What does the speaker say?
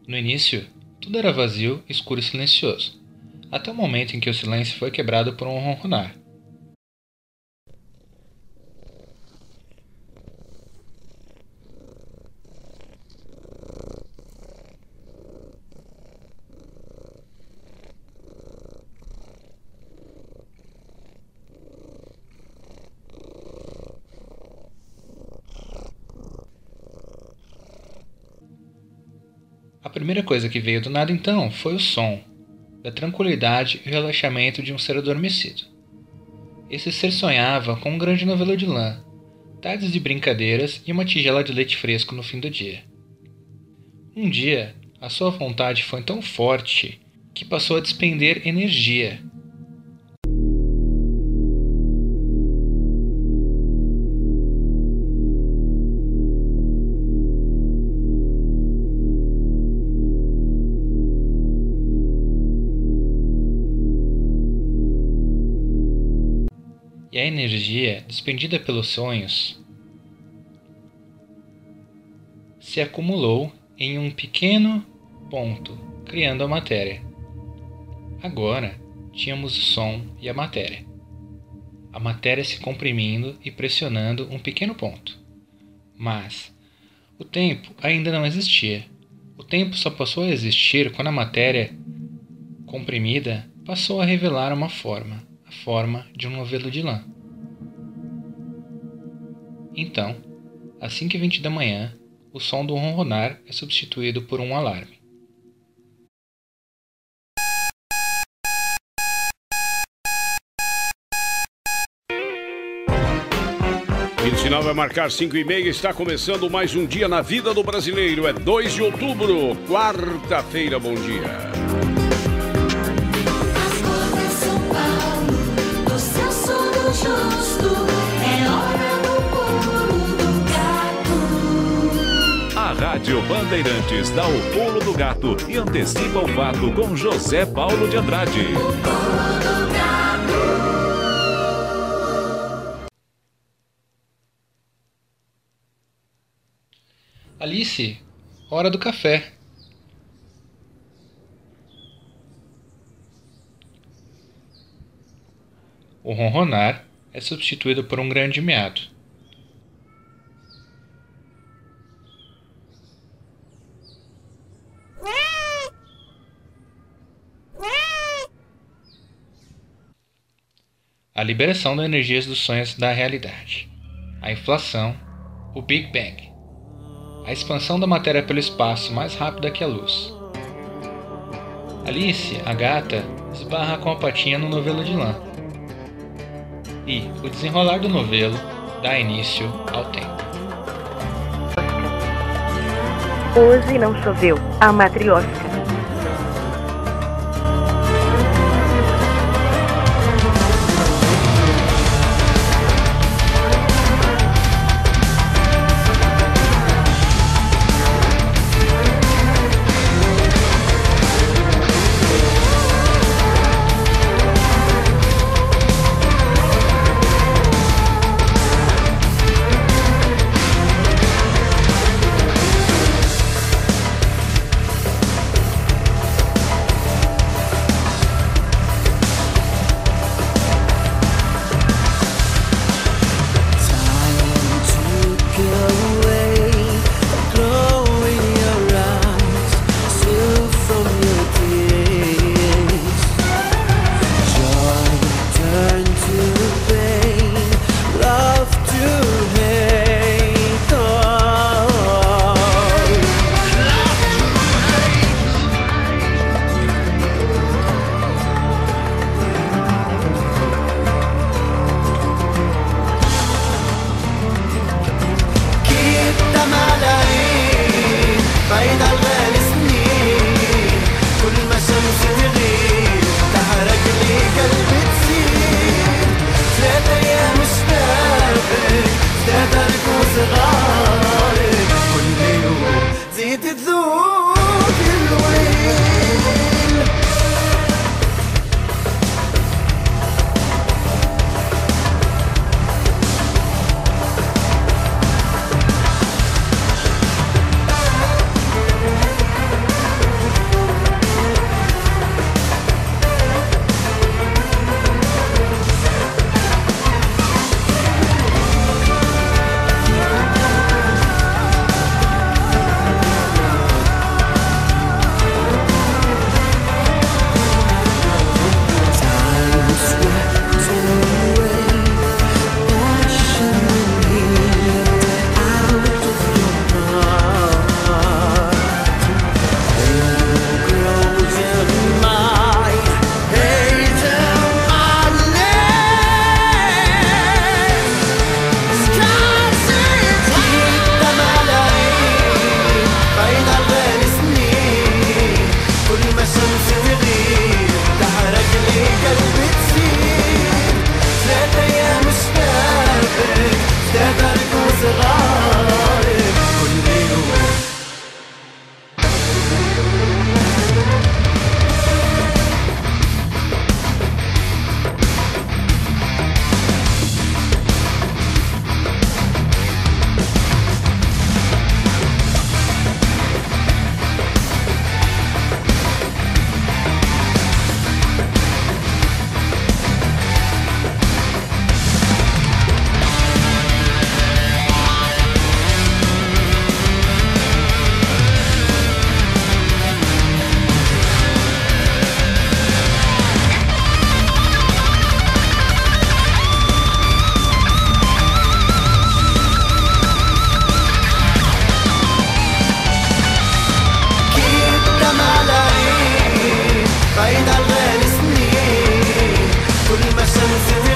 No início, tudo era vazio, escuro e silencioso, até o momento em que o silêncio foi quebrado por um ronronar. A primeira coisa que veio do nada então foi o som, da tranquilidade e o relaxamento de um ser adormecido. Esse ser sonhava com um grande novelo de lã, tardes de brincadeiras e uma tigela de leite fresco no fim do dia. Um dia, a sua vontade foi tão forte que passou a despender energia. E a energia despendida pelos sonhos se acumulou em um pequeno ponto, criando a matéria. Agora tínhamos o som e a matéria. A matéria se comprimindo e pressionando um pequeno ponto. Mas o tempo ainda não existia. O tempo só passou a existir quando a matéria comprimida passou a revelar uma forma, a forma de um novelo de lã. Então, às 5h20 da manhã, o som do ronronar é substituído por um alarme. O sinal vai marcar 5h30, está começando mais um dia na vida do brasileiro. É 2 de outubro, quarta-feira, bom dia. A Rádio Bandeirantes dá o pulo do gato e antecipa o fato com José Paulo de Andrade. Alice, hora do café. O ronronar é substituído por um grande miado. A liberação das energias dos sonhos da realidade. A inflação, o Big Bang. A expansão da matéria pelo espaço mais rápida que a luz. Alice, a gata, esbarra com a patinha no novelo de lã. E o desenrolar do novelo dá início ao tempo. Hoje não choveu, a matriosca. بعيد عالغالي سنين كل ما الشمس